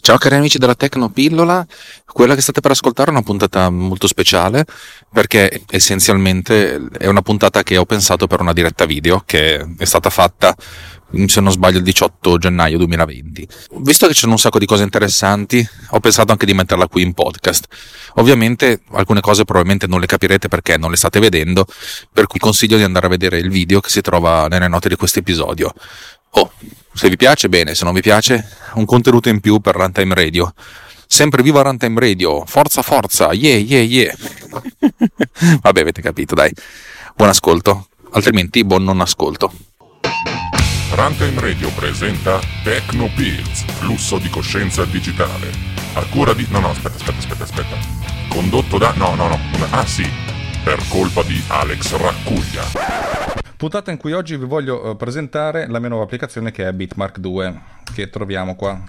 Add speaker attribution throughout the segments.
Speaker 1: Ciao cari amici della Tecnopillola, quella che state per ascoltare è una puntata molto speciale perché essenzialmente è una puntata che ho pensato per una diretta video che è stata fatta, se non sbaglio, il 18 gennaio 2020. Visto che ci sono un sacco di cose interessanti, ho pensato anche di metterla qui in podcast. Ovviamente alcune cose probabilmente non le capirete perché non le state vedendo, per cui consiglio di andare a vedere il video che si trova nelle note di questo episodio. Oh, se vi piace bene, se non vi piace, un contenuto in più per Runtime Radio. Sempre viva Runtime Radio, forza forza, yeah yeah yeah. Vabbè, avete capito, dai. Buon ascolto, altrimenti buon non ascolto.
Speaker 2: Runtime Radio presenta Tecnopills, flusso di coscienza digitale. A cura di... No, aspetta. Condotto da... No. Ah sì, per colpa di Alex Raccuglia.
Speaker 3: Puntata in cui oggi vi voglio presentare la mia nuova applicazione che è Bitmark 2, che troviamo qua.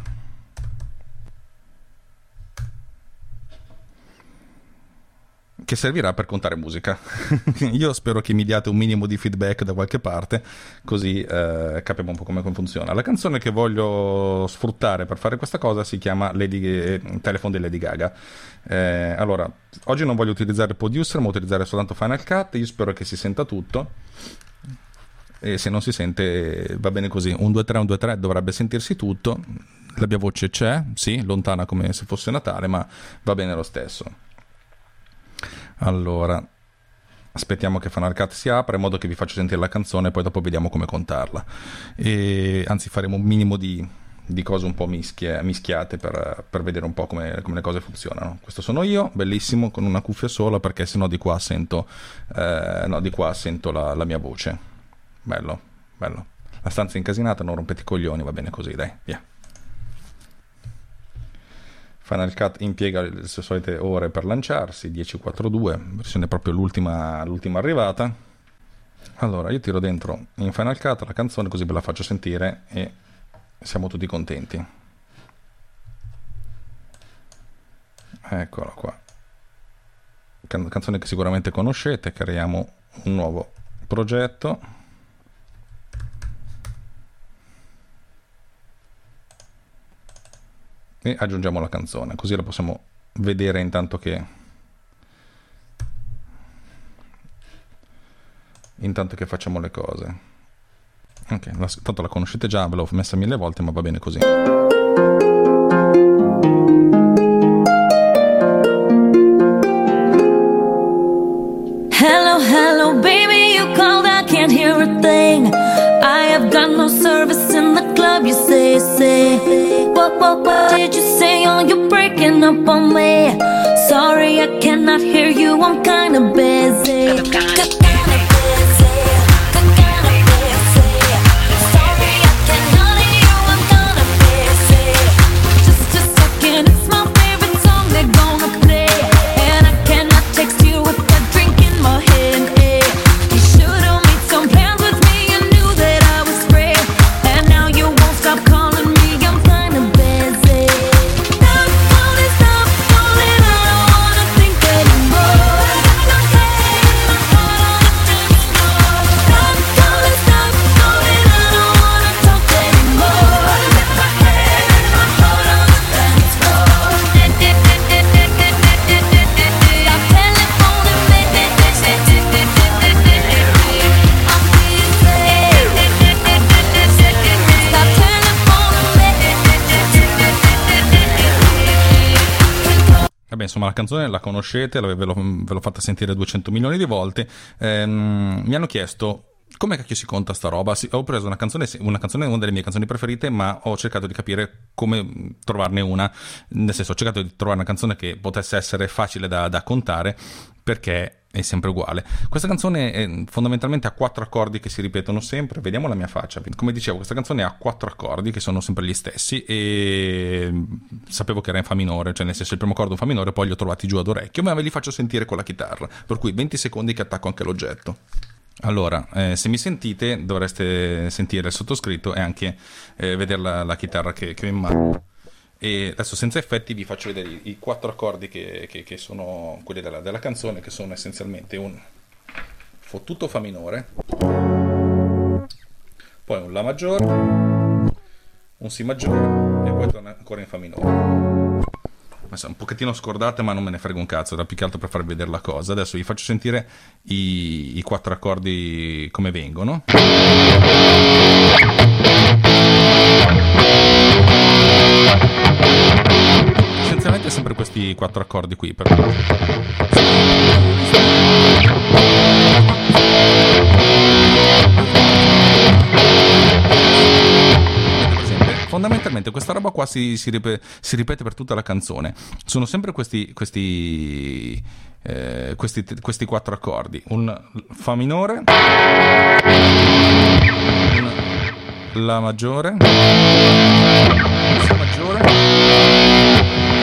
Speaker 3: Che servirà per contare musica. Io spero che mi diate un minimo di feedback da qualche parte, così capiamo un po' come funziona. La canzone che voglio sfruttare per fare questa cosa si chiama Telephone di Lady Gaga. Allora, oggi non voglio utilizzare Producer, ma utilizzare soltanto Final Cut. Io spero che si senta tutto. E se non si sente va bene così. 1, 2, 3, 1, 2, 3 dovrebbe sentirsi tutto. La mia voce c'è, sì, lontana come se fosse Natale, ma va bene lo stesso. Allora, aspettiamo che Final Cut si apra in modo che vi faccio sentire la canzone e poi dopo vediamo come contarla. E anzi faremo un minimo di cose un po' mischiate per vedere un po' come le cose funzionano. Questo sono io, bellissimo, con una cuffia sola, perché sennò di qua sento la mia voce. Bello. La stanza è incasinata, non rompete i coglioni, va bene così, dai, via. Final Cut impiega le sue solite ore per lanciarsi, 10.4.2, versione proprio l'ultima arrivata. Allora, io tiro dentro in Final Cut la canzone, così ve la faccio sentire e siamo tutti contenti. Eccola qua. Canzone che sicuramente conoscete, creiamo un nuovo progetto. E aggiungiamo la canzone, così la possiamo vedere intanto che facciamo le cose. Ok, tanto la conoscete già, ve l'ho messa 1000 volte, ma va bene così.
Speaker 4: Hello, baby, you called, I can't hear a thing. I have got no service in the club, you say. What did you say? Oh, you're breaking up on me. Sorry, I cannot hear you, I'm kinda busy.
Speaker 3: Insomma, la canzone la conoscete, ve l'ho fatta sentire 200 milioni di volte. Mi hanno chiesto come cacchio si conta sta roba. Ho preso una canzone, una delle mie canzoni preferite, ma ho cercato di capire come trovarne una. Nel senso, ho cercato di trovare una canzone che potesse essere facile da contare, perché è sempre uguale. Questa canzone fondamentalmente ha 4 accordi che si ripetono sempre. Vediamo la mia faccia. Come dicevo, questa canzone ha 4 accordi che sono sempre gli stessi, e sapevo che era in fa minore, cioè nel senso il primo accordo in fa minore, poi li ho trovati giù ad orecchio, ma ve li faccio sentire con la chitarra, per cui 20 secondi che attacco anche l'oggetto. Allora, se mi sentite dovreste sentire il sottoscritto e anche vedere la chitarra che ho in mano. E adesso senza effetti vi faccio vedere i 4 accordi che sono quelli della canzone, che sono essenzialmente un fottuto fa minore, poi un la maggiore, un si maggiore e poi poi torna ancora in fa minore. Un pochettino scordate, ma non me ne frega un cazzo, era più che altro per farvi vedere la cosa. Adesso vi faccio sentire i 4 accordi come vengono. Essenzialmente sempre questi 4 accordi qui. Fondamentalmente questa roba qua si ripete per tutta la canzone. Sono sempre questi 4 accordi: un fa minore, un la maggiore, un si maggiore.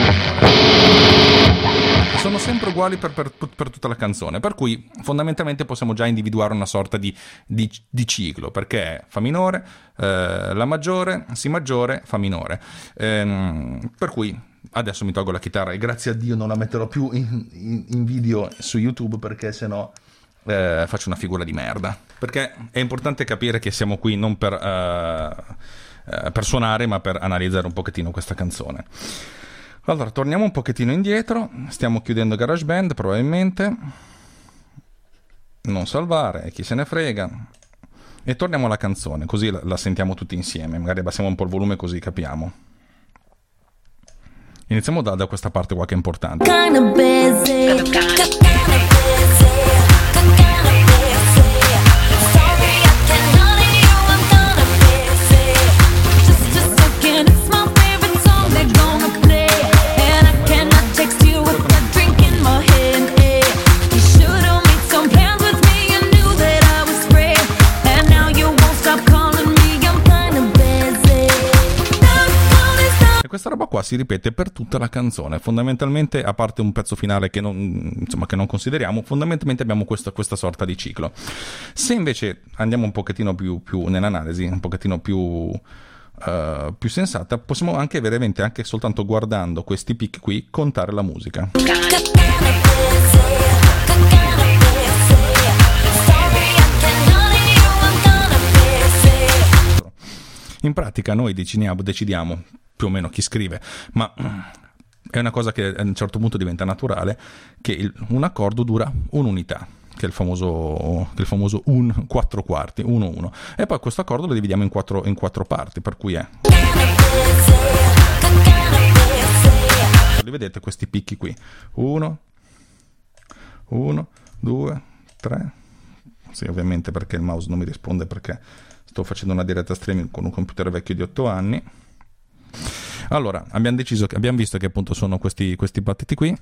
Speaker 3: Sono sempre uguali per tutta la canzone, per cui fondamentalmente possiamo già individuare una sorta di ciclo, perché è fa minore, la maggiore, si maggiore, fa minore. Per cui adesso mi tolgo la chitarra e grazie a Dio non la metterò più in video su YouTube, perché sennò faccio una figura di merda. Perché è importante capire che siamo qui non per suonare, ma per analizzare un pochettino questa canzone. Allora, torniamo un pochettino indietro, stiamo chiudendo GarageBand probabilmente, non salvare, chi se ne frega, e torniamo alla canzone, così la sentiamo tutti insieme, magari abbassiamo un po' il volume così capiamo. Iniziamo da questa parte qua che è importante. Questa roba qua si ripete per tutta la canzone, fondamentalmente, a parte un pezzo finale che non consideriamo, fondamentalmente abbiamo questa sorta di ciclo. Se invece andiamo un pochettino più nell'analisi, un pochettino più sensata, possiamo anche veramente, anche soltanto guardando questi picchi qui, contare la musica. In pratica noi decidiamo più o meno chi scrive, ma è una cosa che a un certo punto diventa naturale, che un accordo dura un'unità, che è il famoso 4 quarti, 1-1, e poi questo accordo lo dividiamo in quattro parti, per cui li vedete questi picchi qui, 1, 2, 3, sì, ovviamente perché il mouse non mi risponde, perché sto facendo una diretta streaming con un computer vecchio di 8 anni. Allora, abbiamo visto che appunto sono questi battiti qui.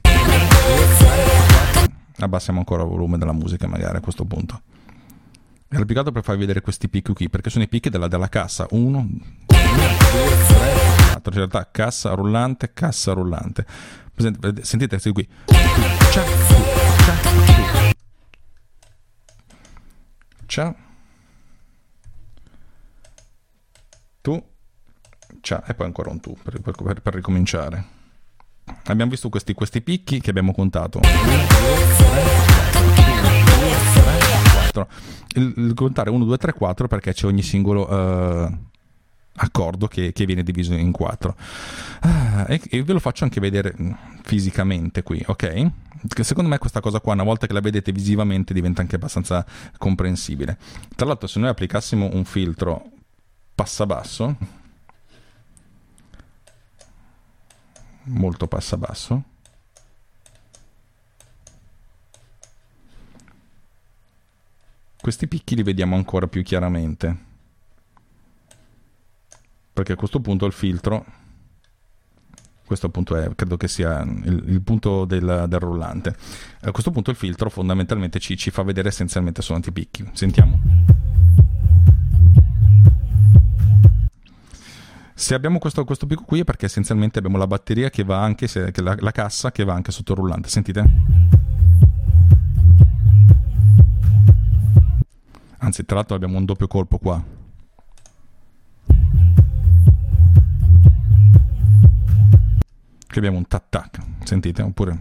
Speaker 3: Abbassiamo ancora il volume della musica magari a questo punto. Era più che altro per farvi vedere questi picchi qui, perché sono i picchi della cassa. 1, 2, 3, 4. In realtà cassa rullante. Sentite questi qui. Ciao. Tu. Ciao. E poi ancora un tu per ricominciare. Abbiamo visto questi picchi che abbiamo contato. 1, 2, 3, 4. Il contare 1, 2, 3, 4 perché c'è ogni singolo accordo che viene diviso in 4. E ve lo faccio anche vedere fisicamente qui, ok? Che secondo me questa cosa qua, una volta che la vedete visivamente, diventa anche abbastanza comprensibile. Tra l'altro, se noi applicassimo un filtro passabasso, molto passabasso, questi picchi li vediamo ancora più chiaramente, perché a questo punto il filtro, questo appunto credo che sia il punto del rullante, a questo punto il filtro fondamentalmente ci fa vedere essenzialmente soltanto i picchi. Sentiamo. Se abbiamo questo picco qui è perché essenzialmente abbiamo la batteria che va anche, la cassa che va anche sotto il rullante. Sentite? Anzi, tra l'altro abbiamo un doppio colpo qua. Qui abbiamo un tac-tac, sentite? Oppure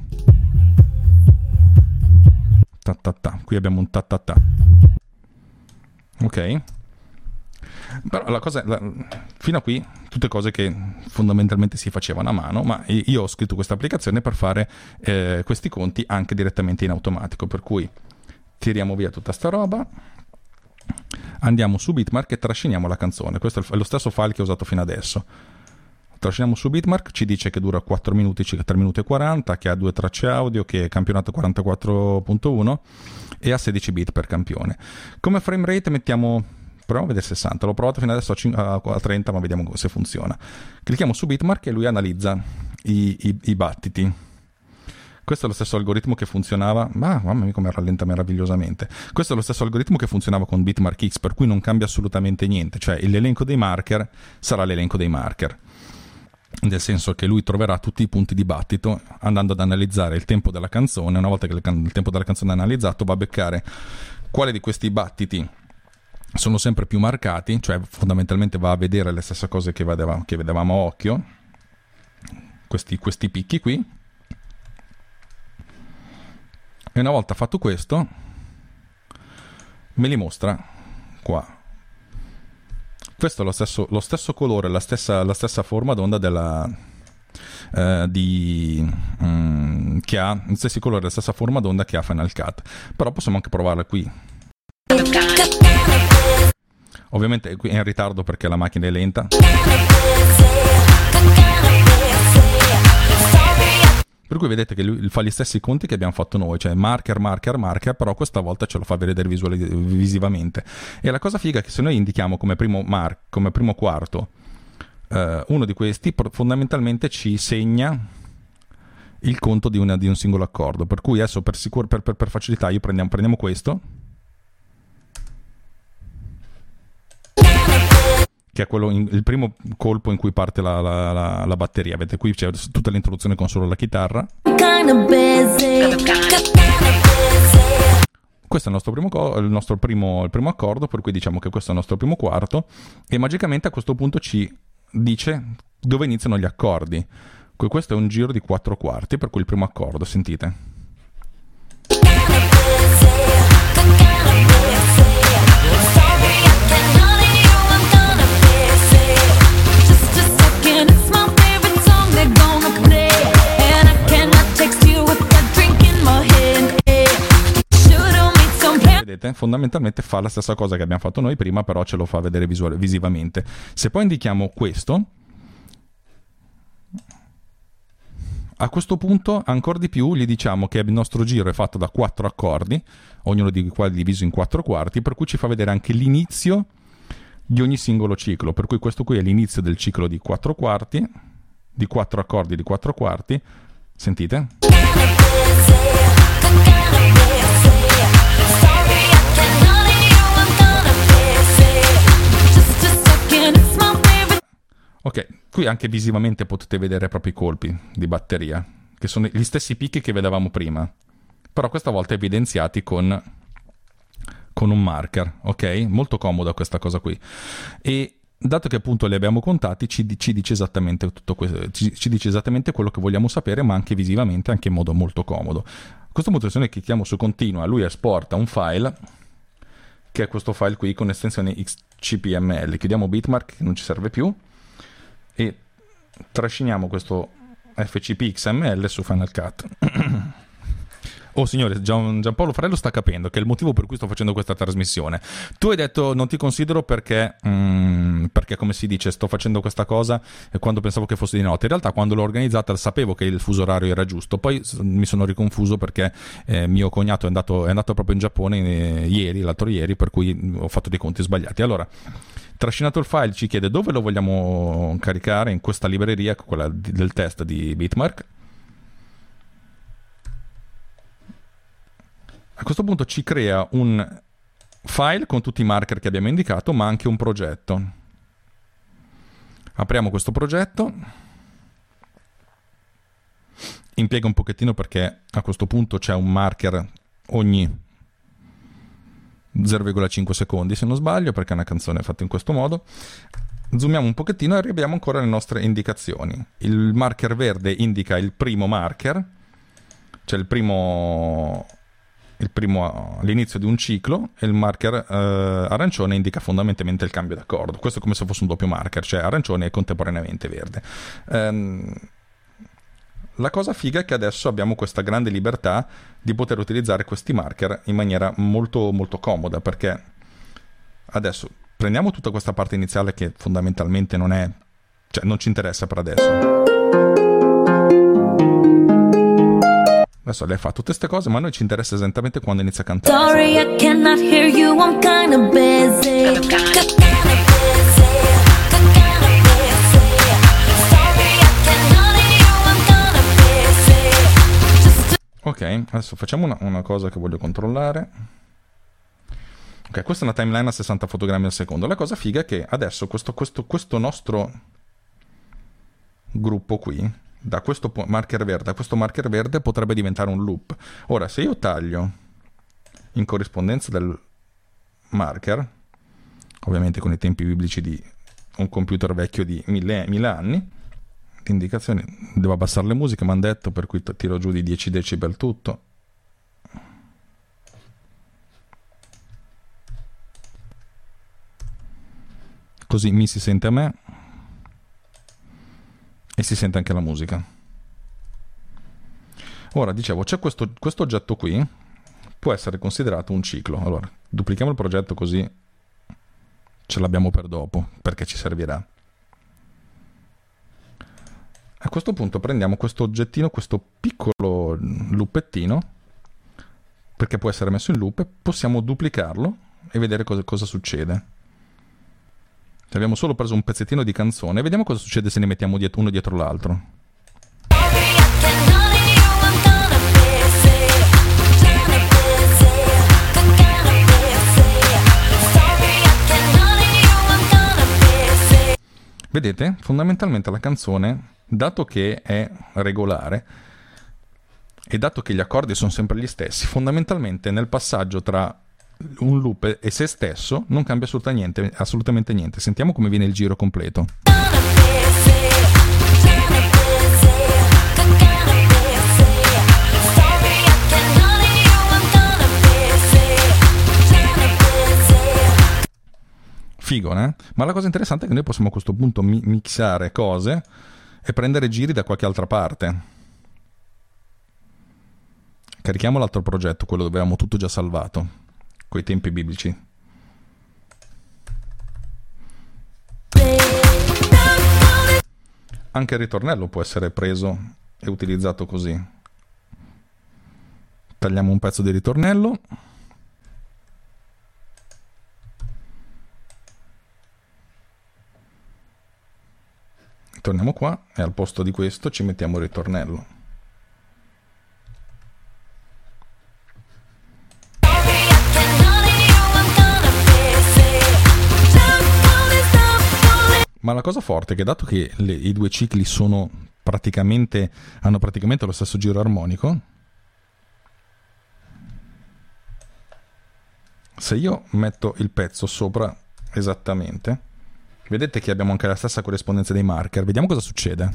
Speaker 3: ta-ta-ta. Qui abbiamo un ta-ta-ta. Ok? Però la cosa, fino a qui tutte cose che fondamentalmente si facevano a mano, ma io ho scritto questa applicazione per fare questi conti anche direttamente in automatico, per cui tiriamo via tutta sta roba, andiamo su Bitmark e trasciniamo la canzone. Questo è lo stesso file che ho usato fino adesso. Trasciniamo su Bitmark, ci dice che dura 4 minuti, circa 3 minuti e 40, che ha 2 tracce audio, che è campionato 44.1 e ha 16 bit per campione. Come frame rate mettiamo, proviamo a vedere 60, l'ho provato fino adesso a 30, ma vediamo se funziona. Clicchiamo su Bitmark e lui analizza i battiti. Questo è lo stesso algoritmo che funzionava, mamma mia come rallenta meravigliosamente. Questo è lo stesso algoritmo che funzionava con Bitmark X, per cui non cambia assolutamente niente, cioè l'elenco dei marker sarà l'elenco dei marker. Nel senso che lui troverà tutti i punti di battito andando ad analizzare il tempo della canzone. Una volta che il tempo della canzone è analizzato, va a beccare quale di questi battiti sono sempre più marcati, cioè fondamentalmente va a vedere le stesse cose che vedevamo a occhio, questi picchi qui, e una volta fatto questo me li mostra qua. Questo è lo stesso colore, la stessa forma d'onda che ha gli stessi colori, la stessa forma d'onda che ha Final Cut. Però possiamo anche provarla qui. Ovviamente qui è in ritardo perché la macchina è lenta. Per cui vedete che lui fa gli stessi conti che abbiamo fatto noi, cioè marker, però questa volta ce lo fa vedere visivamente. E la cosa figa è che se noi indichiamo come primo quarto uno di questi, fondamentalmente ci segna il conto di un singolo accordo. Per cui adesso per facilità io prendiamo questo, che è il primo colpo in cui parte la batteria. Vedete qui c'è tutta l'introduzione con solo la chitarra. Questo è il nostro primo accordo, per cui diciamo che questo è il nostro primo quarto, e magicamente a questo punto ci dice dove iniziano gli accordi. Questo è un giro di 4 quarti, per cui il primo accordo, sentite. Vedete? Fondamentalmente fa la stessa cosa che abbiamo fatto noi prima, però ce lo fa vedere visivamente. Se poi indichiamo questo, a questo punto ancora di più gli diciamo che il nostro giro è fatto da 4 accordi, ognuno di quali diviso in 4 quarti, per cui ci fa vedere anche l'inizio di ogni singolo ciclo. Per cui questo qui è l'inizio del ciclo di 4 quarti, di 4 accordi di 4 quarti. Sentite? Ok, qui anche visivamente potete vedere proprio i colpi di batteria, che sono gli stessi picchi che vedevamo prima, però questa volta evidenziati con un marker, ok? Molto comoda questa cosa qui. E dato che appunto li abbiamo contati, ci dice esattamente tutto questo, ci dice esattamente quello che vogliamo sapere, ma anche visivamente, anche in modo molto comodo. A questo punto, se noi clicchiamo su continua, lui esporta un file, che è questo file qui con estensione XCPML. Chiudiamo Bitmark, che non ci serve più, e trasciniamo questo FCP XML su Final Cut. Oh signore, Giampaolo Farello sta capendo che è il motivo per cui sto facendo questa trasmissione. Tu hai detto non ti considero perché come si dice, sto facendo questa cosa quando pensavo che fosse di notte. In realtà quando l'ho organizzata sapevo che il fuso orario era giusto, poi mi sono riconfuso perché mio cognato è andato proprio in Giappone l'altro ieri, per cui ho fatto dei conti sbagliati. Allora, trascinato il file, ci chiede dove lo vogliamo caricare, in questa libreria, quella del test di Bitmark. A questo punto ci crea un file con tutti i marker che abbiamo indicato, ma anche un progetto. Apriamo questo progetto. Impiega un pochettino perché a questo punto c'è un marker ogni 0,5 secondi, se non sbaglio, perché è una canzone fatta in questo modo. Zoomiamo un pochettino e arriviamo ancora alle nostre indicazioni. Il marker verde indica il primo marker, cioè il primo l'inizio di un ciclo, e il marker arancione indica fondamentalmente il cambio d'accordo. Questo è come se fosse un doppio marker, cioè arancione e contemporaneamente verde. La cosa figa è che adesso abbiamo questa grande libertà di poter utilizzare questi marker in maniera molto molto comoda, perché adesso prendiamo tutta questa parte iniziale che fondamentalmente non ci interessa per adesso. Adesso lei fa tutte queste cose, ma a noi ci interessa esattamente quando inizia a cantare.
Speaker 4: Sorry, I cannot hear you, I'm kinda busy.
Speaker 3: Ok, adesso facciamo una cosa che voglio controllare. Ok, questa è una timeline a 60 fotogrammi al secondo. La cosa figa è che adesso questo nostro gruppo qui, da questo marker verde a questo marker verde, potrebbe diventare un loop. Ora, se io taglio in corrispondenza del marker, ovviamente con i tempi biblici di un computer vecchio di mille anni, le indicazioni, devo abbassare le musiche, mi hanno detto, per cui tiro giù di 10 decibel tutto. Così mi si sente a me e si sente anche la musica. Ora, dicevo, c'è questo oggetto qui, può essere considerato un ciclo. Allora, duplichiamo il progetto così ce l'abbiamo per dopo, perché ci servirà. A questo punto prendiamo questo oggettino, questo piccolo luppettino, perché può essere messo in loop, e possiamo duplicarlo e vedere cosa succede. Abbiamo solo preso un pezzettino di canzone, vediamo cosa succede se ne mettiamo uno dietro l'altro. Vedete? Fondamentalmente la canzone, dato che è regolare e dato che gli accordi sono sempre gli stessi, fondamentalmente nel passaggio tra un loop e se stesso non cambia assolutamente niente. Sentiamo come viene il giro completo. Figo, né? Ma la cosa interessante è che noi possiamo a questo punto mixare cose e prendere giri da qualche altra parte. Carichiamo l'altro progetto, quello dove avevamo tutto già salvato, coi tempi biblici. Anche il ritornello può essere preso e utilizzato così. Tagliamo un pezzo di ritornello. Torniamo qua e al posto di questo ci mettiamo il ritornello. Ma la cosa forte è che dato che i due cicli hanno praticamente lo stesso giro armonico, se io metto il pezzo sopra esattamente, vedete che abbiamo anche la stessa corrispondenza dei marker. Vediamo cosa succede.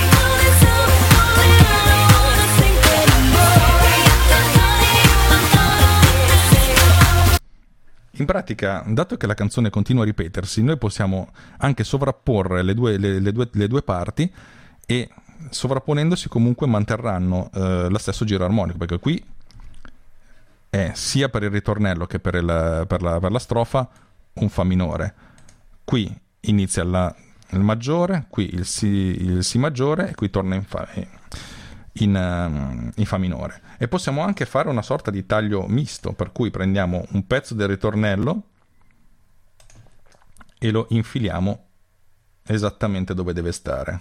Speaker 3: In pratica, dato che la canzone continua a ripetersi, noi possiamo anche sovrapporre le due parti, e sovrapponendosi comunque manterranno lo stesso giro armonico, perché qui è sia per il ritornello che per la strofa un fa minore. Qui inizia il maggiore, qui il si maggiore, e qui torna in fa minore. E possiamo anche fare una sorta di taglio misto, per cui prendiamo un pezzo del ritornello e lo infiliamo esattamente dove deve stare.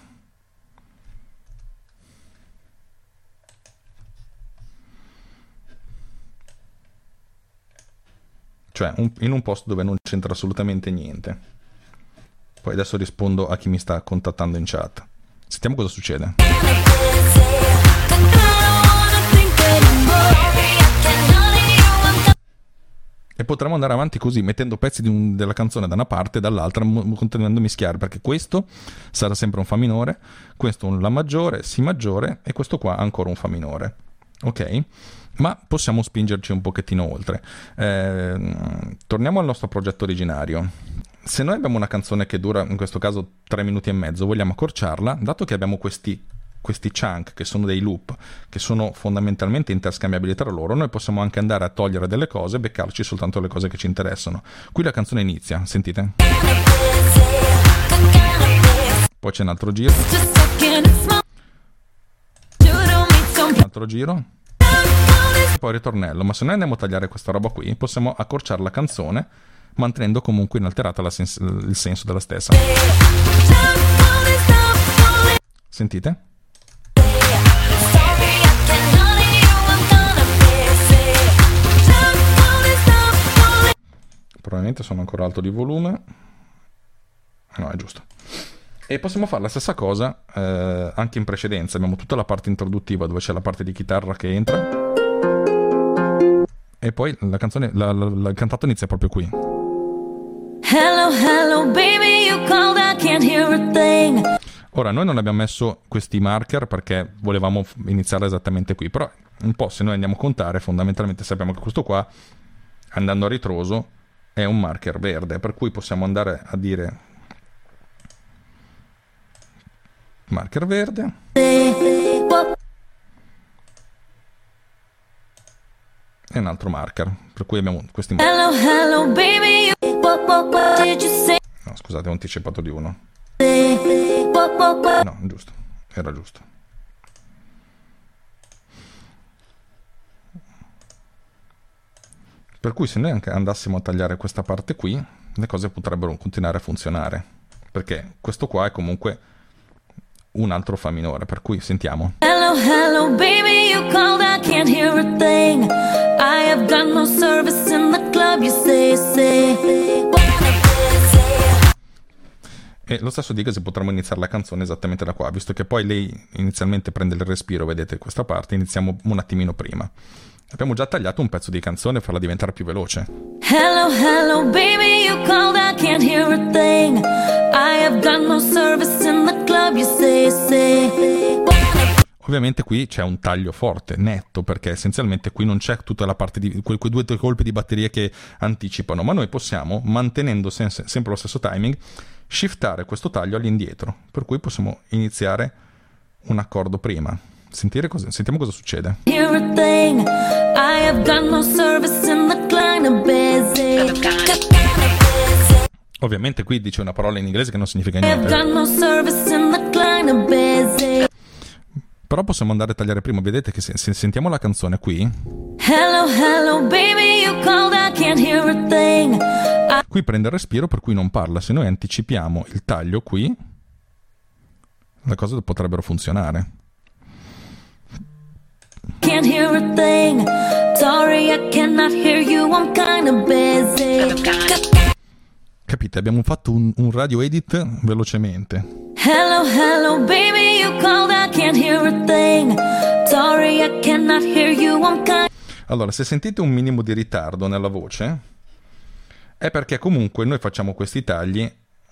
Speaker 3: Cioè in un posto dove non c'entra assolutamente niente. Poi adesso rispondo a chi mi sta contattando in chat. Sentiamo cosa succede. E potremo andare avanti così, mettendo pezzi della canzone da una parte e dall'altra, continuando a mischiare, perché questo sarà sempre un fa minore, questo un la maggiore, si maggiore, e questo qua ancora un fa minore. ok? Ma possiamo spingerci un pochettino oltre. Torniamo al nostro progetto originario. Se noi abbiamo una canzone che dura, in questo caso, 3 minuti e mezzo, vogliamo accorciarla, dato che abbiamo questi chunk che sono dei loop, che sono fondamentalmente interscambiabili tra loro, noi possiamo anche andare a togliere delle cose e beccarci soltanto le cose che ci interessano. Qui la canzone inizia, sentite? Poi c'è un altro giro. Un altro giro. E poi ritornello. Ma se noi andiamo a tagliare questa roba qui, possiamo accorciare la canzone mantenendo comunque inalterata il senso della stessa. Sentite? Probabilmente sono ancora alto di volume. No, è giusto. E possiamo fare la stessa cosa anche in precedenza. Abbiamo tutta la parte introduttiva dove c'è la parte di chitarra che entra e poi la canzone, il cantato inizia proprio qui.
Speaker 4: Hello, hello, baby, you called, I can't hear a thing.
Speaker 3: Ora, noi non abbiamo messo questi marker perché volevamo iniziare esattamente qui, però un po' se noi andiamo a contare, fondamentalmente sappiamo che questo qua, andando a ritroso, è un marker verde, per cui possiamo andare a dire marker verde e un altro marker, per cui abbiamo questi marker.
Speaker 4: Hello, hello, baby, what did you say?
Speaker 3: No, scusate, ho anticipato di uno. No, giusto, era giusto. Per cui se noi anche andassimo a tagliare questa parte qui, le cose potrebbero continuare a funzionare, perché questo qua è comunque un altro fa minore, per cui sentiamo.
Speaker 4: Hello, hello, baby, you called, I can't hear a thing. I have got no service in the club, you say.
Speaker 3: E lo stesso dico se potremmo iniziare la canzone esattamente da qua, visto che poi lei inizialmente prende il respiro, vedete questa parte, iniziamo un attimino prima. Abbiamo già tagliato un pezzo di canzone per farla diventare più veloce.
Speaker 4: Hello, hello, baby, you called, I can't hear a thing. I have got no service in the club, you say.
Speaker 3: Ovviamente qui c'è un taglio forte, netto, perché essenzialmente qui non c'è tutta la parte di quei 2 colpi di batteria che anticipano, ma noi possiamo, mantenendo sempre lo stesso timing, shiftare questo taglio all'indietro, per cui possiamo iniziare un accordo prima. Sentiamo cosa succede. Ovviamente qui dice una parola in inglese che non significa niente. Però possiamo andare a tagliare prima. Vedete che se sentiamo la canzone qui.
Speaker 4: Hello, hello, baby, you called, I can't hear a thing.
Speaker 3: Qui prende il respiro, per cui non parla. Se noi anticipiamo il taglio qui, le cose potrebbero funzionare.
Speaker 4: Can't hear a thing. Sorry, I cannot hear you, I'm kinda busy.
Speaker 3: Capite? Abbiamo fatto un radio edit velocemente.
Speaker 4: Hello, hello, baby, you called, I can't hear a thing. Sorry, I cannot hear you, I'm kinda...
Speaker 3: Allora, se sentite un minimo di ritardo nella voce, è perché comunque noi facciamo questi tagli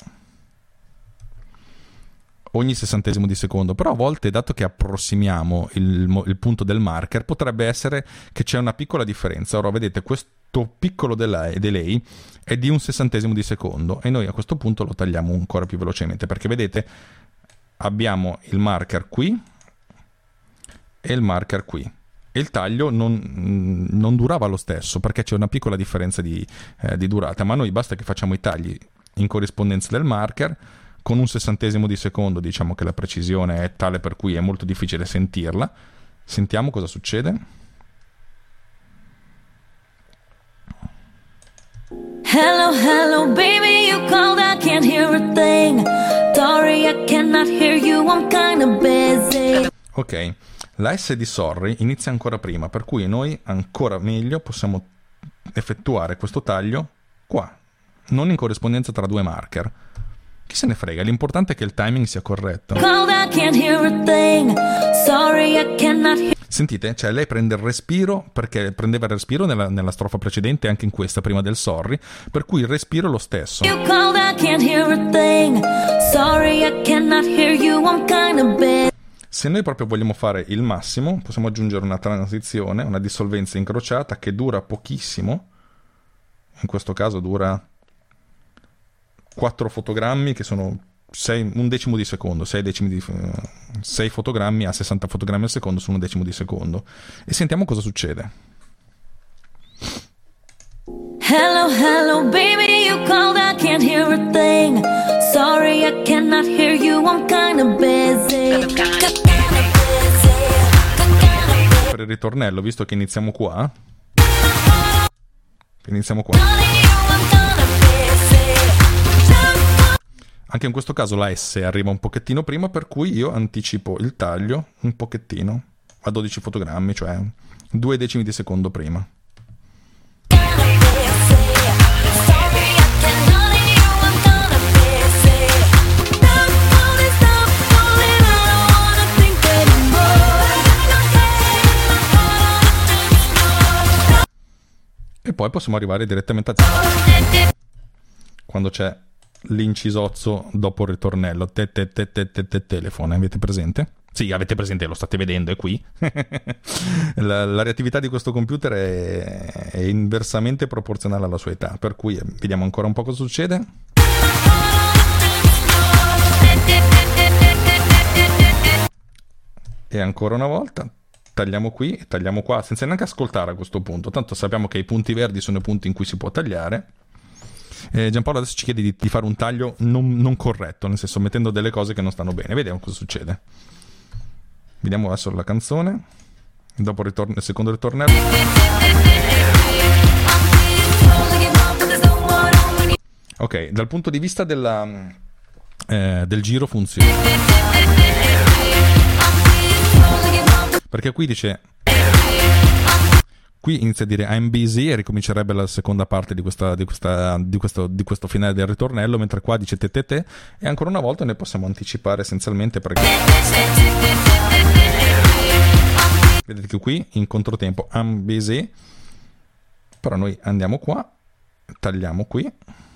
Speaker 3: ogni 60esimo di secondo, però a volte, dato che approssimiamo il punto del marker, potrebbe essere che c'è una piccola differenza. Ora vedete, questo piccolo delay è di un 60esimo di secondo e noi a questo punto lo tagliamo ancora più velocemente, perché vedete abbiamo il marker qui e il marker qui e il taglio non durava lo stesso perché c'è una piccola differenza di durata, ma noi basta che facciamo i tagli in corrispondenza del marker. Con un 60esimo di secondo diciamo che la precisione è tale per cui è molto difficile sentirla. Sentiamo cosa succede.
Speaker 4: Hello, hello, baby, you called, I can't hear a thing. Sorry, I cannot hear you, I'm kinda busy.
Speaker 3: Ok, la S di sorry inizia ancora prima, per cui noi ancora meglio possiamo effettuare questo taglio qua, non in corrispondenza tra 2 marker. Chi se ne frega, l'importante è che il timing sia corretto. Sentite? Cioè lei prende il respiro, perché prendeva il respiro nella strofa precedente, anche in questa, prima del sorry, per cui il respiro è lo stesso. Se noi proprio vogliamo fare il massimo, possiamo aggiungere una transizione, una dissolvenza incrociata che dura pochissimo. In questo caso dura 4 fotogrammi che sono 1 decimo di secondo, 6 fotogrammi a 60 fotogrammi al secondo su 1 decimo di secondo. E sentiamo cosa succede.
Speaker 4: Hello, hello, baby, you called, I can't hear a thing. Sorry, I cannot hear you, I'm kinda busy.
Speaker 3: Per il ritornello, visto che iniziamo qua. Anche in questo caso la S arriva un pochettino prima, per cui io anticipo il taglio un pochettino a 12 fotogrammi, cioè 2 decimi di secondo prima. E poi possiamo arrivare direttamente a quando c'è l'incisozzo dopo il ritornello. Telefono, avete presente? Sì, avete presente, lo state vedendo, è qui. La reattività di questo computer è inversamente proporzionale alla sua età, per cui vediamo ancora un po' cosa succede. E ancora una volta tagliamo qui e tagliamo qua, senza neanche ascoltare a questo punto, tanto sappiamo che i punti verdi sono i punti in cui si può tagliare. Giampaolo adesso ci chiede di fare un taglio non corretto, nel senso mettendo delle cose che non stanno bene. Vediamo cosa succede. Vediamo adesso la canzone dopo il secondo ritornello. Ok, dal punto di vista del giro funziona, perché qui dice, qui inizia a dire I'm busy e ricomincerebbe la seconda parte di questo finale del ritornello, mentre qua dice te e ancora una volta noi possiamo anticipare essenzialmente, perché vedete che qui in controtempo I'm busy, però noi andiamo qua, tagliamo qui.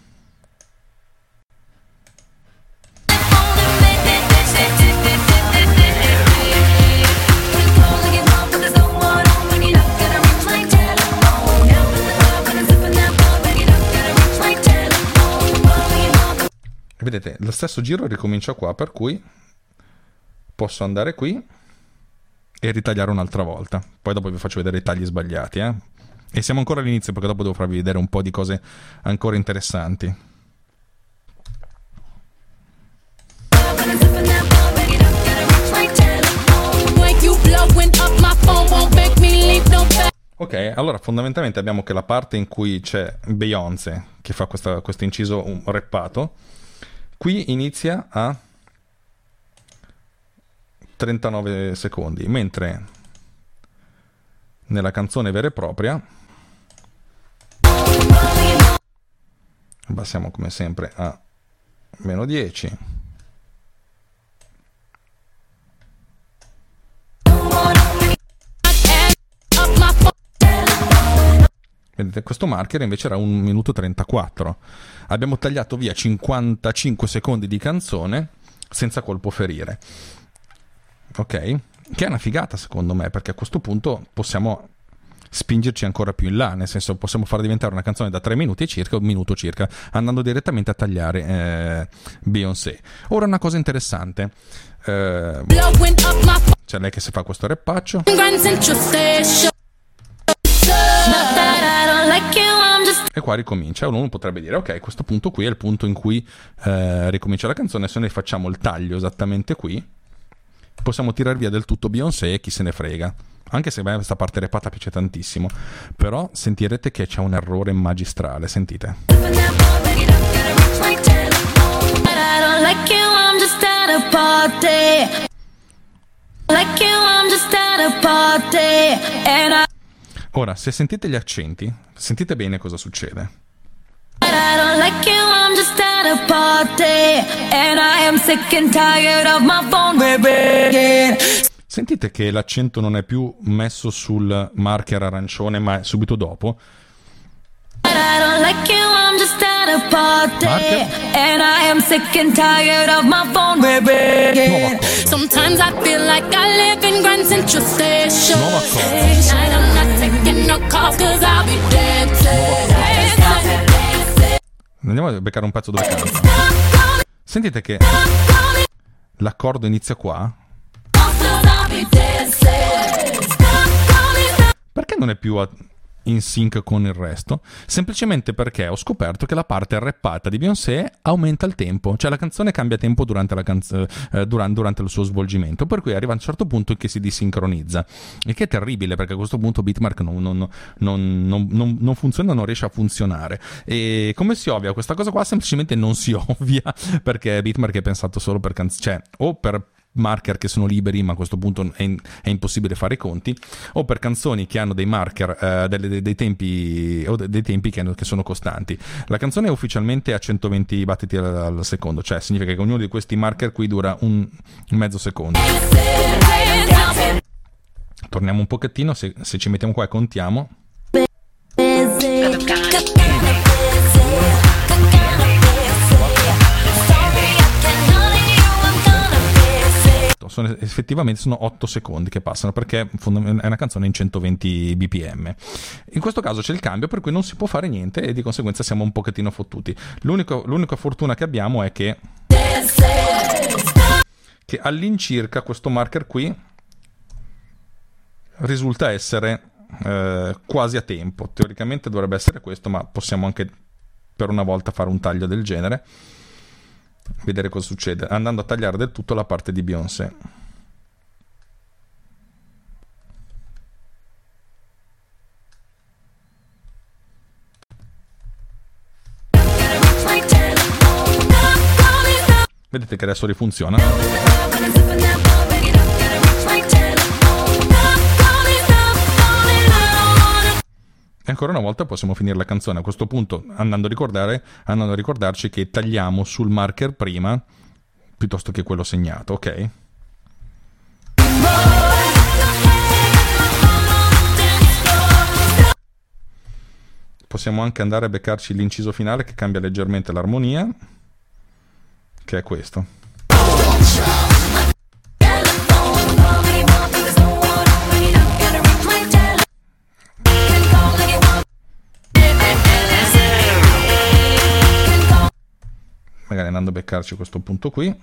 Speaker 3: Vedete, lo stesso giro ricomincia qua, per cui posso andare qui e ritagliare un'altra volta. Poi dopo vi faccio vedere i tagli sbagliati, E siamo ancora all'inizio, perché dopo devo farvi vedere un po' di cose ancora interessanti. Ok, allora fondamentalmente abbiamo che la parte in cui c'è Beyoncé che fa questo inciso rappato, qui inizia a 39 secondi, mentre nella canzone vera e propria abbassiamo come sempre a meno 10. Vedete, questo marker invece era 1 minuto 34. Abbiamo tagliato via 55 secondi di canzone senza colpo ferire. Ok? Che è una figata secondo me, perché a questo punto possiamo spingerci ancora più in là, nel senso possiamo far diventare una canzone da 3 minuti circa, 1 minuto circa, andando direttamente a tagliare Beyoncé. Ora una cosa interessante, c'è lei che si fa questo reppaccio. E qua ricomincia. Uno potrebbe dire ok, questo punto qui è il punto in cui ricomincia la canzone. Se noi facciamo il taglio esattamente qui, possiamo tirar via del tutto Beyoncé e chi se ne frega. Anche se a me questa parte repata piace tantissimo, però sentirete che c'è un errore magistrale. Sentite. Ora, se sentite gli accenti, sentite bene cosa succede. Sentite che l'accento non è più messo sul marker arancione, ma è subito dopo.
Speaker 4: that I don't like you, I'm just at a party.
Speaker 3: Marker.
Speaker 4: And I am sick and tired of my phone ringing. Sometimes I feel like I live in Grand Central Station. And I'm not taking no calls cause I'll be dancing.
Speaker 3: Andiamo a beccare un pezzo dove canta. Sentite che l'accordo inizia qua. Perché non è più in sync con il resto? Semplicemente perché ho scoperto che la parte rappata di Beyoncé aumenta il tempo, cioè la canzone cambia tempo durante il suo svolgimento, per cui arriva a un certo punto in che si disincronizza, il che è terribile perché a questo punto Beatmark non funziona, non riesce a funzionare. E come si ovvia questa cosa qua? Semplicemente non si ovvia, perché Beatmark è pensato solo per cioè o per marker che sono liberi, ma a questo punto è impossibile fare i conti, o per canzoni che hanno dei marker dei tempi che sono costanti. La canzone è ufficialmente a 120 battiti al secondo, cioè significa che ognuno di questi marker qui dura un mezzo secondo. Torniamo un pochettino, se ci mettiamo qua e contiamo. Effettivamente sono 8 secondi che passano, perché è una canzone in 120 bpm. In questo caso c'è il cambio, per cui non si può fare niente e di conseguenza siamo un pochettino fottuti. L'unica fortuna che abbiamo è che all'incirca questo marker qui risulta essere quasi a tempo. Teoricamente dovrebbe essere questo, ma possiamo anche per una volta fare un taglio del genere, vedere cosa succede andando a tagliare del tutto la parte di Beyoncé. Vedete che adesso rifunziona. E ancora una volta possiamo finire la canzone a questo punto andando a ricordarci che tagliamo sul marker prima piuttosto che quello segnato, ok? Possiamo anche andare a beccarci l'inciso finale che cambia leggermente l'armonia, che è questo. Magari andando a beccarci questo punto qui,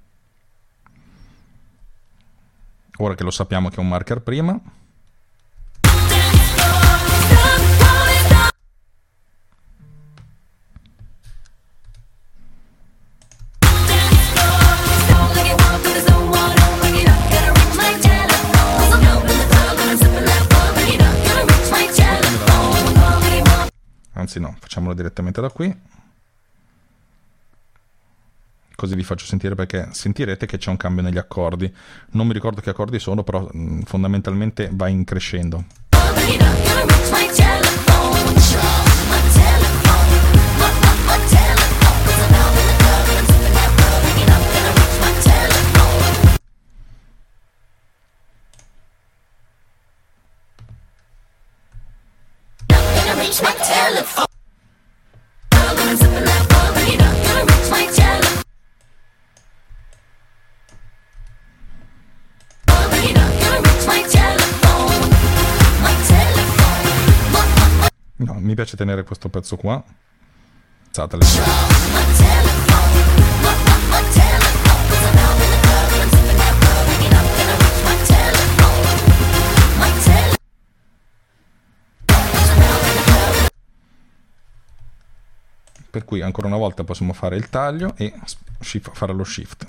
Speaker 3: ora che lo sappiamo che è un marker prima. Anzi no, facciamolo direttamente da qui, così vi faccio sentire, perché sentirete che c'è un cambio negli accordi. Non mi ricordo che accordi sono, però fondamentalmente va in crescendo. No, mi piace tenere questo pezzo qua. Per cui ancora una volta possiamo fare il taglio e fare lo shift,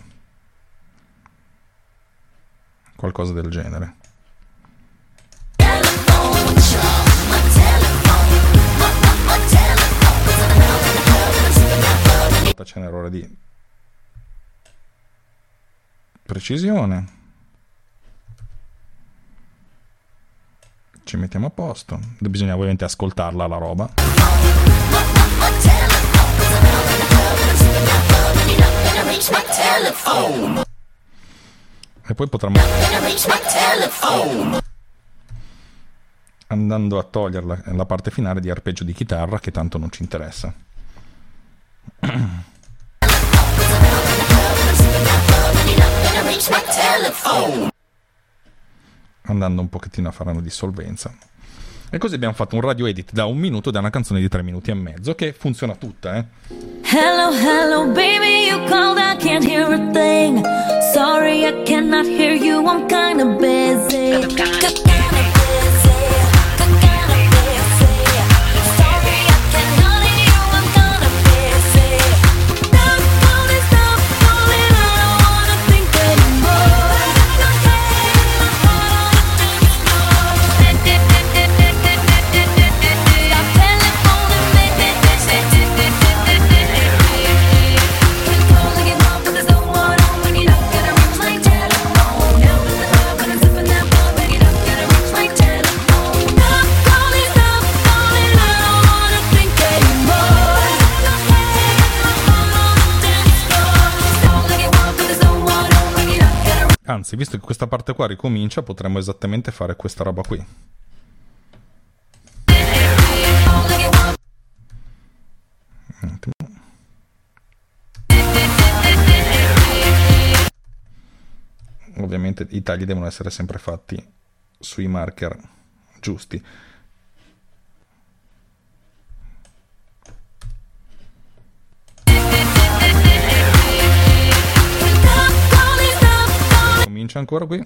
Speaker 3: qualcosa del genere. C'è un errore di precisione, ci mettiamo a posto. Bisogna ovviamente ascoltarla la roba. E poi potremmo andando a togliere la parte finale di arpeggio di chitarra, che tanto non ci interessa. Andando un pochettino a fare una dissolvenza. E così abbiamo fatto un radio edit da 1 minuto da una canzone di 3 minuti e mezzo, che funziona tutta,
Speaker 4: Hello, hello, baby, you called, I can't hear a thing. Sorry, I cannot hear you, I'm kinda busy.
Speaker 3: Anzi, visto che questa parte qua ricomincia, potremmo esattamente fare questa roba qui. Ovviamente i tagli devono essere sempre fatti sui marker giusti. Comincia ancora qui.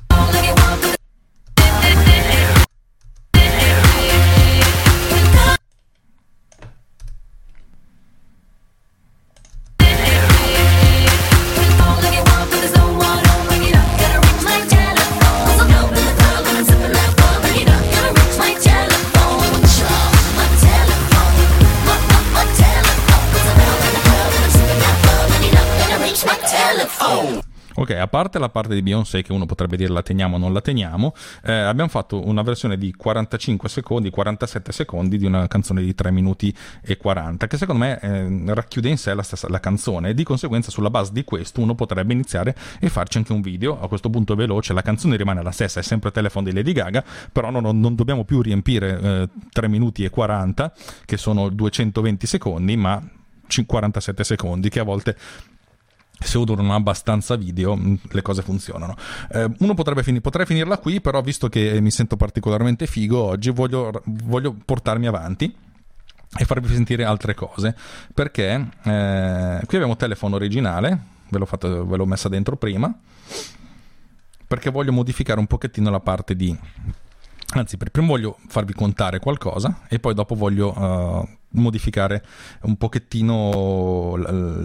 Speaker 3: Ok, a parte la parte di Beyoncé, che uno potrebbe dire la teniamo o non la teniamo, abbiamo fatto una versione di 45 secondi, 47 secondi di una canzone di 3 minuti e 40, che secondo me racchiude in sé la canzone, e di conseguenza sulla base di questo uno potrebbe iniziare e farci anche un video, a questo punto veloce. La canzone rimane la stessa, è sempre Telephone di Lady Gaga, però non dobbiamo più riempire 3 minuti e 40, che sono 220 secondi, ma 47 secondi, che a volte, se durano abbastanza video, le cose funzionano. Uno potrei finirla qui, però visto che mi sento particolarmente figo oggi, voglio portarmi avanti e farvi sentire altre cose, perché qui abbiamo Telephone originale, ve l'ho messa dentro prima, perché voglio modificare un pochettino la parte di... Anzi, per primo voglio farvi contare qualcosa e poi dopo voglio modificare un pochettino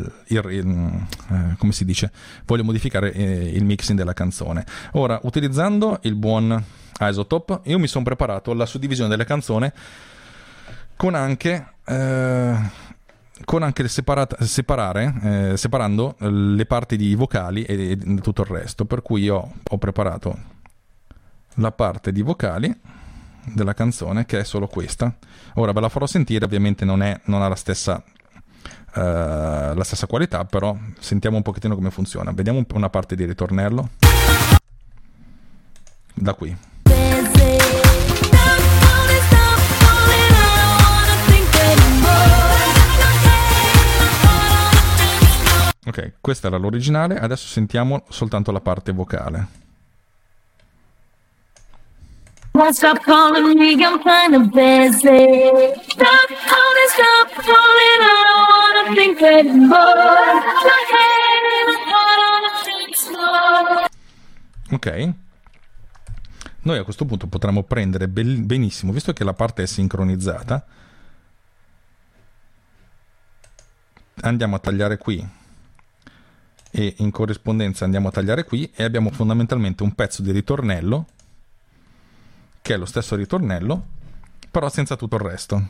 Speaker 3: come si dice? Voglio modificare il mixing della canzone. Ora, utilizzando il buon Isotope, io mi sono preparato la suddivisione delle canzoni con anche separando le parti di vocali e tutto il resto, per cui io ho preparato la parte di vocali della canzone, che è solo questa. Ora ve la farò sentire, ovviamente non ha la stessa qualità, però sentiamo un pochettino come funziona. Vediamo una parte di ritornello da qui. Ok, questa era l'originale, adesso sentiamo soltanto la parte vocale.
Speaker 4: Stop calling me, I'm kinda busy. Stop calling, I don't wanna think anymore.
Speaker 3: Ok, noi a questo punto potremmo prendere benissimo, visto che la parte è sincronizzata, andiamo a tagliare qui e in corrispondenza andiamo a tagliare qui, e abbiamo fondamentalmente un pezzo di ritornello che è lo stesso ritornello, però senza tutto il resto.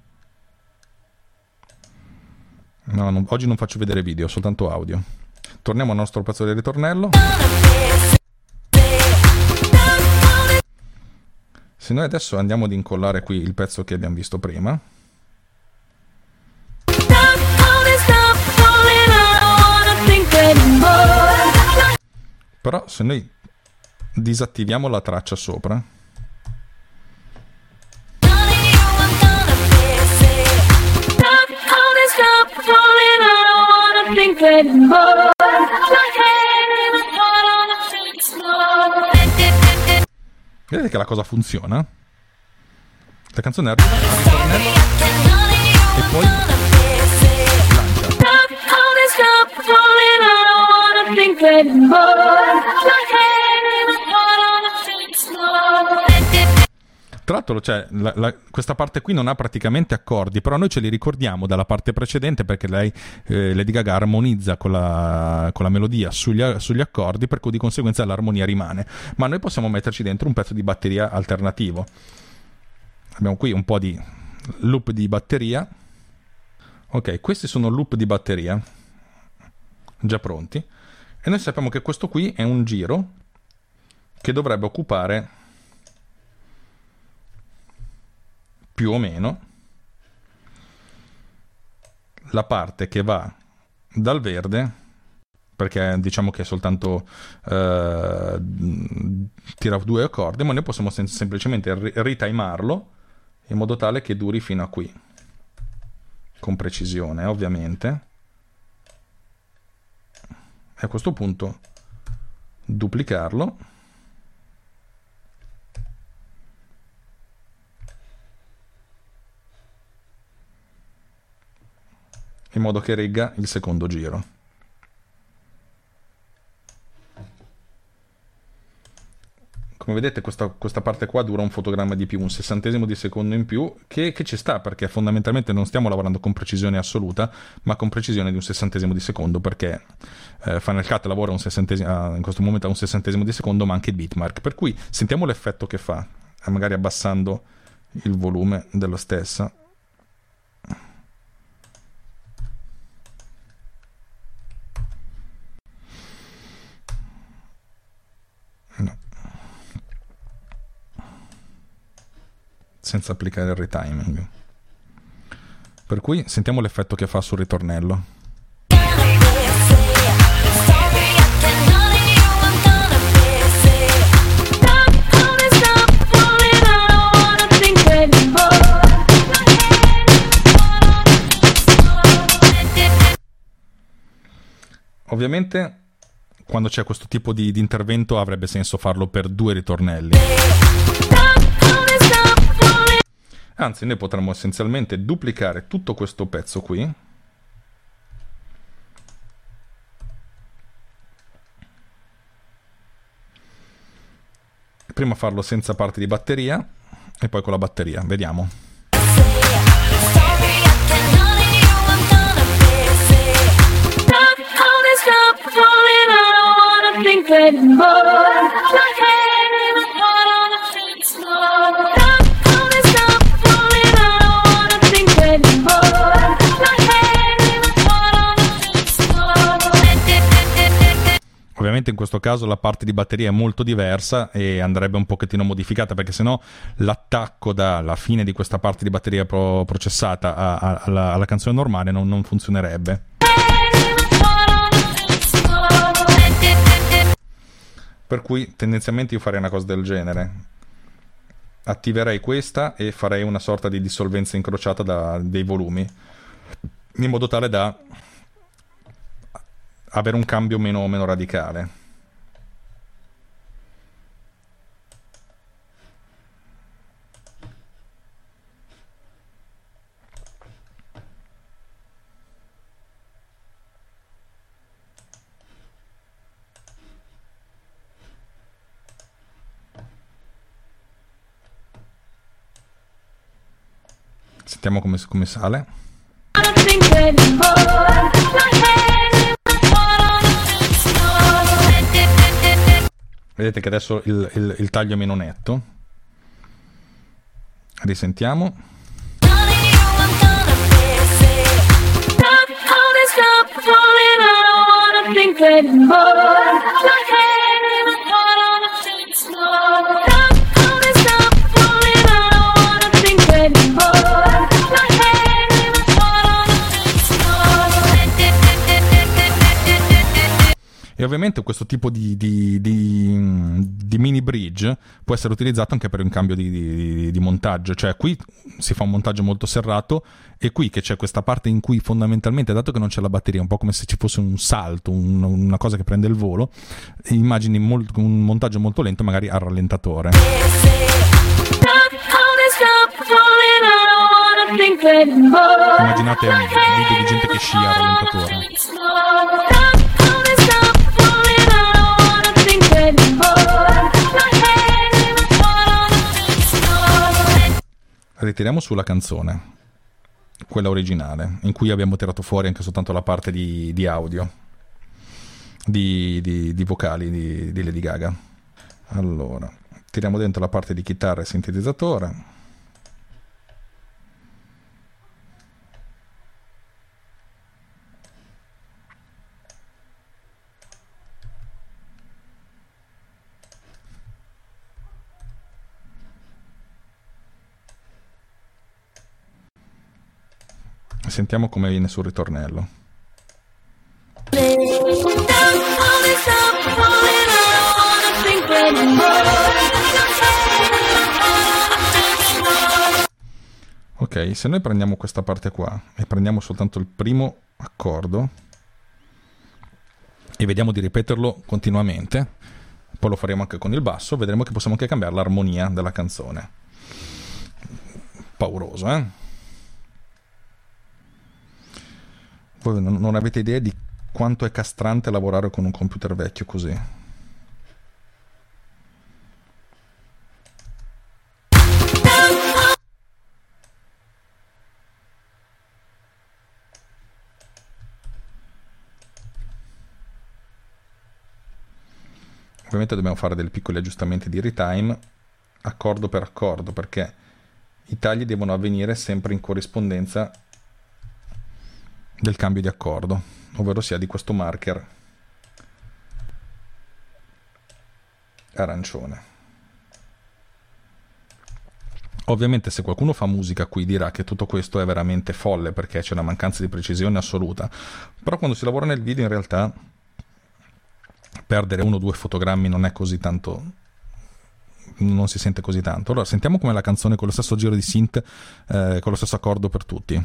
Speaker 3: Oggi non faccio vedere video, soltanto audio. Torniamo al nostro pezzo di ritornello. Se noi adesso andiamo ad incollare qui il pezzo che abbiamo visto prima, però se noi disattiviamo la traccia sopra,
Speaker 4: think anymore. My head in my heart on a dance floor.
Speaker 3: Vedete che la cosa funziona? La canzone arriva al ritornello e poi lancia.
Speaker 4: Stop falling, I don't wanna think anymore. My head in my heart on a dance floor.
Speaker 3: Tra l'altro, cioè, questa parte qui non ha praticamente accordi, però noi ce li ricordiamo dalla parte precedente perché lei, Lady Gaga, armonizza con la melodia sugli accordi, per cui di conseguenza l'armonia rimane. Ma noi possiamo metterci dentro un pezzo di batteria alternativo. Abbiamo qui un po' di loop di batteria. Ok, questi sono loop di batteria già pronti. E noi sappiamo che questo qui è un giro che dovrebbe occupare più o meno la parte che va dal verde, perché diciamo che è soltanto tira 2 accordi, ma noi possiamo semplicemente ritimarlo in modo tale che duri fino a qui, con precisione ovviamente, e a questo punto duplicarlo in modo che regga il secondo giro. Come vedete questa parte qua dura un fotogramma di più, un 60esimo di secondo in più, che ci sta, perché fondamentalmente non stiamo lavorando con precisione assoluta, ma con precisione di un 60esimo di secondo, perché Final Cut lavora in questo momento a un 60esimo di secondo, ma anche Bitmark, per cui sentiamo l'effetto che fa, magari abbassando il volume dello stesso. No. Senza applicare il retiming. Per cui sentiamo l'effetto che fa sul ritornello. Ovviamente quando c'è questo tipo di intervento avrebbe senso farlo per 2 ritornelli. Anzi, noi potremmo essenzialmente duplicare tutto questo pezzo qui. Prima farlo senza parte di batteria e poi con la batteria. Vediamo. Ovviamente in questo caso la parte di batteria è molto diversa e andrebbe un pochettino modificata, perché sennò l'attacco dalla fine di questa parte di batteria processata alla canzone normale non funzionerebbe. Per cui tendenzialmente io farei una cosa del genere: attiverei questa e farei una sorta di dissolvenza incrociata dei volumi, in modo tale da avere un cambio meno radicale. Sentiamo come sale. Vedete che adesso il taglio è meno netto. Risentiamo. E ovviamente ovviamente questo tipo di mini bridge può essere utilizzato anche per un cambio di montaggio, cioè qui si fa un montaggio molto serrato e qui che c'è questa parte in cui fondamentalmente, dato che non c'è la batteria, un po' come se ci fosse un salto, una cosa che prende il volo, immagini un montaggio molto lento magari al rallentatore. Immaginate un video di gente che scia al rallentatore. Ritiriamo sulla canzone, quella originale, in cui abbiamo tirato fuori anche soltanto la parte di audio, di vocali di Lady Gaga. Allora, tiriamo dentro la parte di chitarra e sintetizzatore. Sentiamo come viene sul ritornello. Ok, se noi prendiamo questa parte qua e prendiamo soltanto il primo accordo e vediamo di ripeterlo continuamente, poi lo faremo anche con il basso, vedremo che possiamo anche cambiare l'armonia della canzone. Pauroso, eh? Voi non avete idea di quanto è castrante lavorare con un computer vecchio così. Ovviamente dobbiamo fare dei piccoli aggiustamenti di retime, accordo per accordo, perché i tagli devono avvenire sempre in corrispondenza del cambio di accordo, ovvero sia di questo marker arancione. Ovviamente se qualcuno fa musica qui dirà che tutto questo è veramente folle perché c'è una mancanza di precisione assoluta, però quando si lavora nel video in realtà perdere 1 o 2 fotogrammi non è così tanto, non si sente così tanto. Allora sentiamo come la canzone con lo stesso giro di synth, con lo stesso accordo per tutti.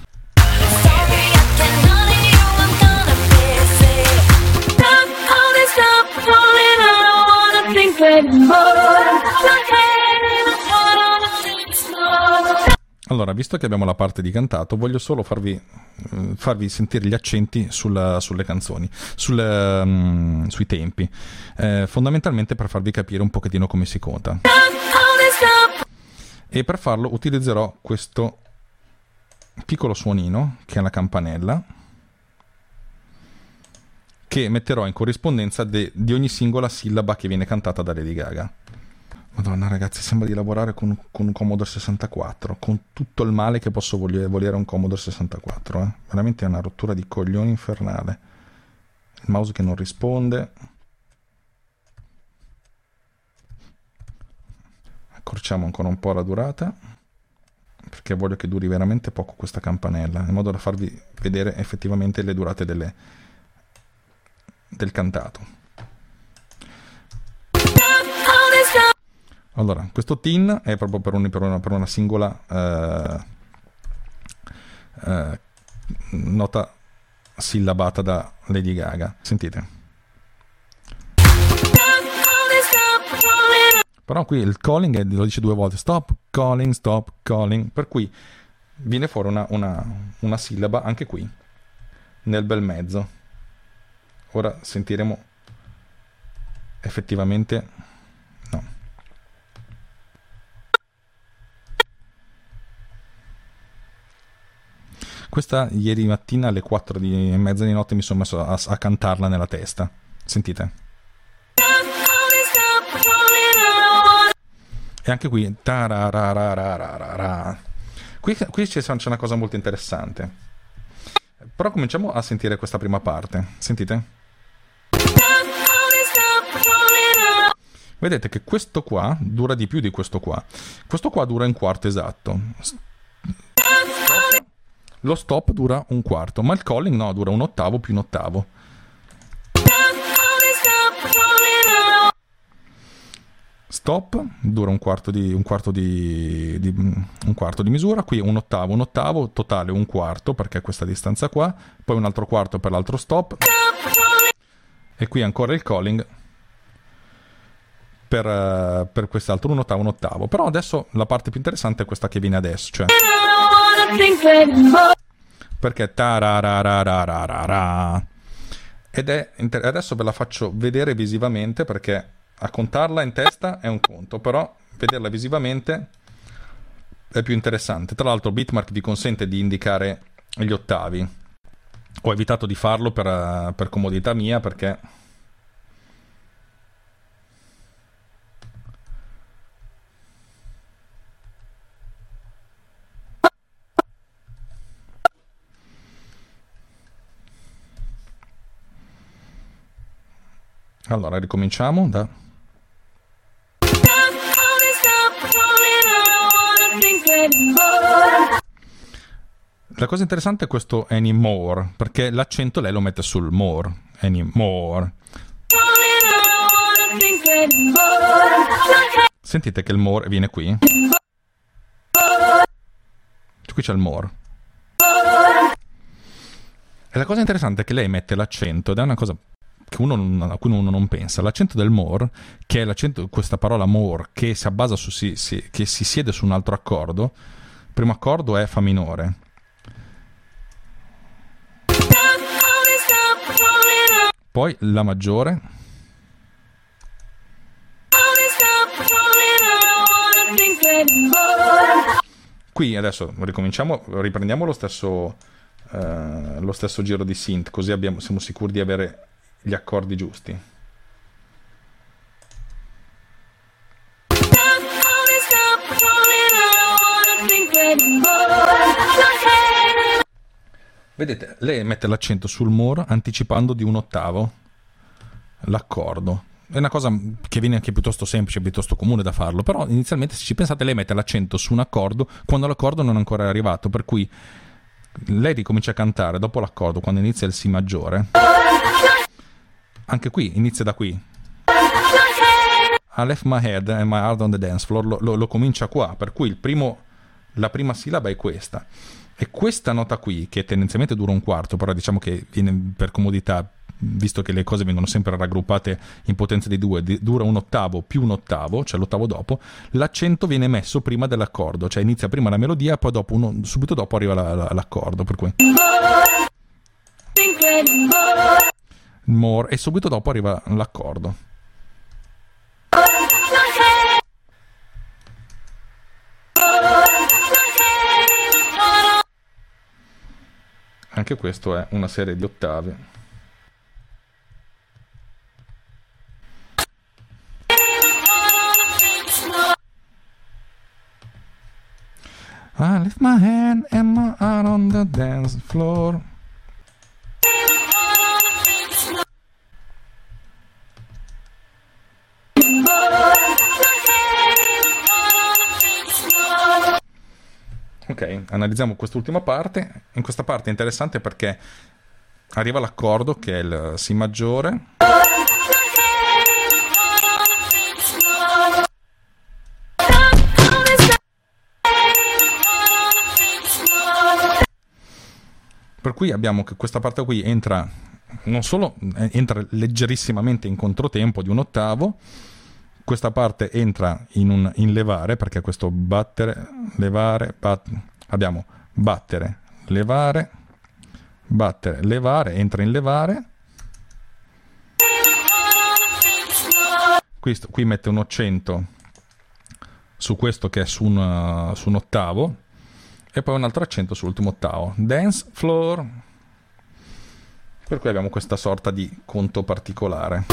Speaker 3: Allora, visto che abbiamo la parte di cantato, voglio solo farvi sentire gli accenti sulle canzoni, sui tempi, fondamentalmente per farvi capire un pochettino come si conta. E per farlo utilizzerò questo piccolo suonino, che è la campanella, che metterò in corrispondenza di ogni singola sillaba che viene cantata da Lady Gaga. Madonna ragazzi, sembra di lavorare con un Commodore 64, con tutto il male che posso volere un Commodore 64, veramente è una rottura di coglioni infernale. Il mouse che non risponde. Accorciamo ancora un po' la durata, perché voglio che duri veramente poco questa campanella, in modo da farvi vedere effettivamente le durate del cantato. Allora, questo tin è proprio per una singola nota sillabata da Lady Gaga. Sentite. Però qui il calling lo dice 2 volte. Stop calling. Per cui viene fuori una sillaba anche qui, nel bel mezzo. Ora sentiremo effettivamente. No. Questa ieri mattina alle 4:30 di notte mi sono messo a cantarla nella testa. Sentite. E anche qui qui c'è una cosa molto interessante. Però cominciamo a sentire questa prima parte. Sentite? Vedete che questo qua dura di più di questo qua. Questo qua dura 1/4 esatto. Lo stop dura 1/4, ma il calling no, dura 1/8 più 1/8. stop, dura un quarto di misura, qui un ottavo, totale un quarto perché è questa distanza qua, poi un altro quarto per l'altro stop e qui ancora il calling per quest'altro un ottavo. Però adesso la parte più interessante è questa che viene adesso, cioè perché tarararararara. Ed è adesso ve la faccio vedere visivamente, perché a contarla in testa è un conto, però vederla visivamente è più interessante. Tra l'altro Bitmark vi consente di indicare gli ottavi. Ho evitato di farlo per comodità mia, perché allora ricominciamo da la cosa interessante è questo anymore, perché l'accento lei lo mette sul more, anymore. Sentite che il more viene qui, qui c'è il more. E la cosa interessante è che lei mette l'accento, ed è una cosa a cui uno non pensa, l'accento del more, che è l'accento, questa parola more, che si abbasa che si siede su un altro accordo. Il primo accordo è fa minore, poi la maggiore, qui adesso riprendiamo lo stesso giro di synth, così siamo sicuri di avere gli accordi giusti. Vedete, lei mette l'accento sul more anticipando di un ottavo l'accordo. È una cosa che viene anche piuttosto semplice, piuttosto comune da farlo, però inizialmente, se ci pensate, lei mette l'accento su un accordo quando l'accordo non è ancora arrivato, per cui lei ricomincia a cantare dopo l'accordo, quando inizia il Si maggiore. Anche qui, inizia da qui. I left my head and my heart on the dance floor, lo comincia qua, per cui la prima sillaba è questa. E questa nota qui, che tendenzialmente dura un quarto, però diciamo che viene per comodità, visto che le cose vengono sempre raggruppate in potenza di 2, dura un ottavo più un ottavo, cioè l'ottavo dopo, l'accento viene messo prima dell'accordo, cioè inizia prima la melodia, poi subito dopo arriva l'accordo, per cui more, e subito dopo arriva l'accordo. Anche questo è una serie di ottavi. I lift my hand and my heart on the dance floor. Ok, analizziamo quest'ultima parte. In questa parte è interessante perché arriva l'accordo, che è il Si maggiore. Per cui abbiamo che questa parte qui entra, non solo entra leggerissimamente in controtempo di un ottavo, questa parte entra in levare, perché questo battere, levare, abbiamo battere, levare, entra in levare. Qui mette un accento su questo che è su un ottavo, e poi un altro accento sull'ultimo ottavo. Dance floor. Per cui abbiamo questa sorta di conto particolare.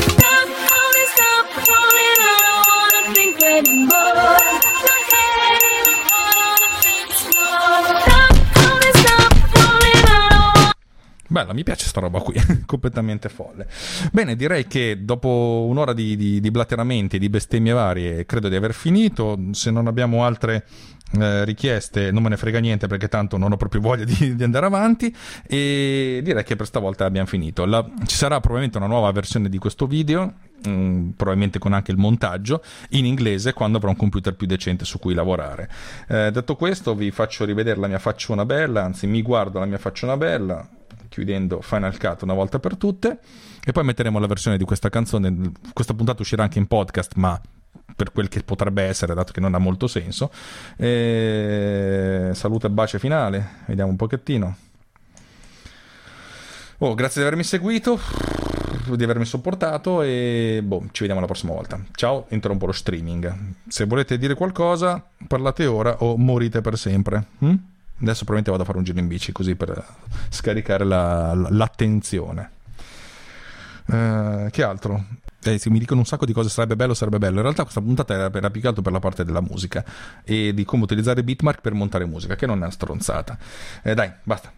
Speaker 3: Bella, mi piace sta roba qui, completamente folle. Bene, direi che dopo un'ora di blatteramenti e di bestemmie varie credo di aver finito. Se non abbiamo altre richieste non me ne frega niente, perché tanto non ho proprio voglia di andare avanti, e direi che per stavolta abbiamo finito. Ci sarà probabilmente una nuova versione di questo video, probabilmente con anche il montaggio in inglese, quando avrò un computer più decente su cui lavorare. Detto questo, vi faccio rivedere la mia facciona bella, anzi mi guardo la mia facciona bella chiudendo Final Cut una volta per tutte, e poi metteremo la versione di questa canzone. Questa puntata uscirà anche in podcast, ma per quel che potrebbe essere, dato che non ha molto senso. Saluto e bacio finale, vediamo un pochettino. Grazie di avermi seguito, di avermi sopportato, e ci vediamo la prossima volta. Ciao, interrompo lo streaming. Se volete dire qualcosa, parlate ora o morite per sempre. Adesso probabilmente vado a fare un giro in bici, così per scaricare l'attenzione. Che altro? Se mi dicono un sacco di cose, sarebbe bello. In realtà questa puntata era più che altro per la parte della musica e di come utilizzare Bitmark per montare musica, che non è una stronzata. Dai, basta.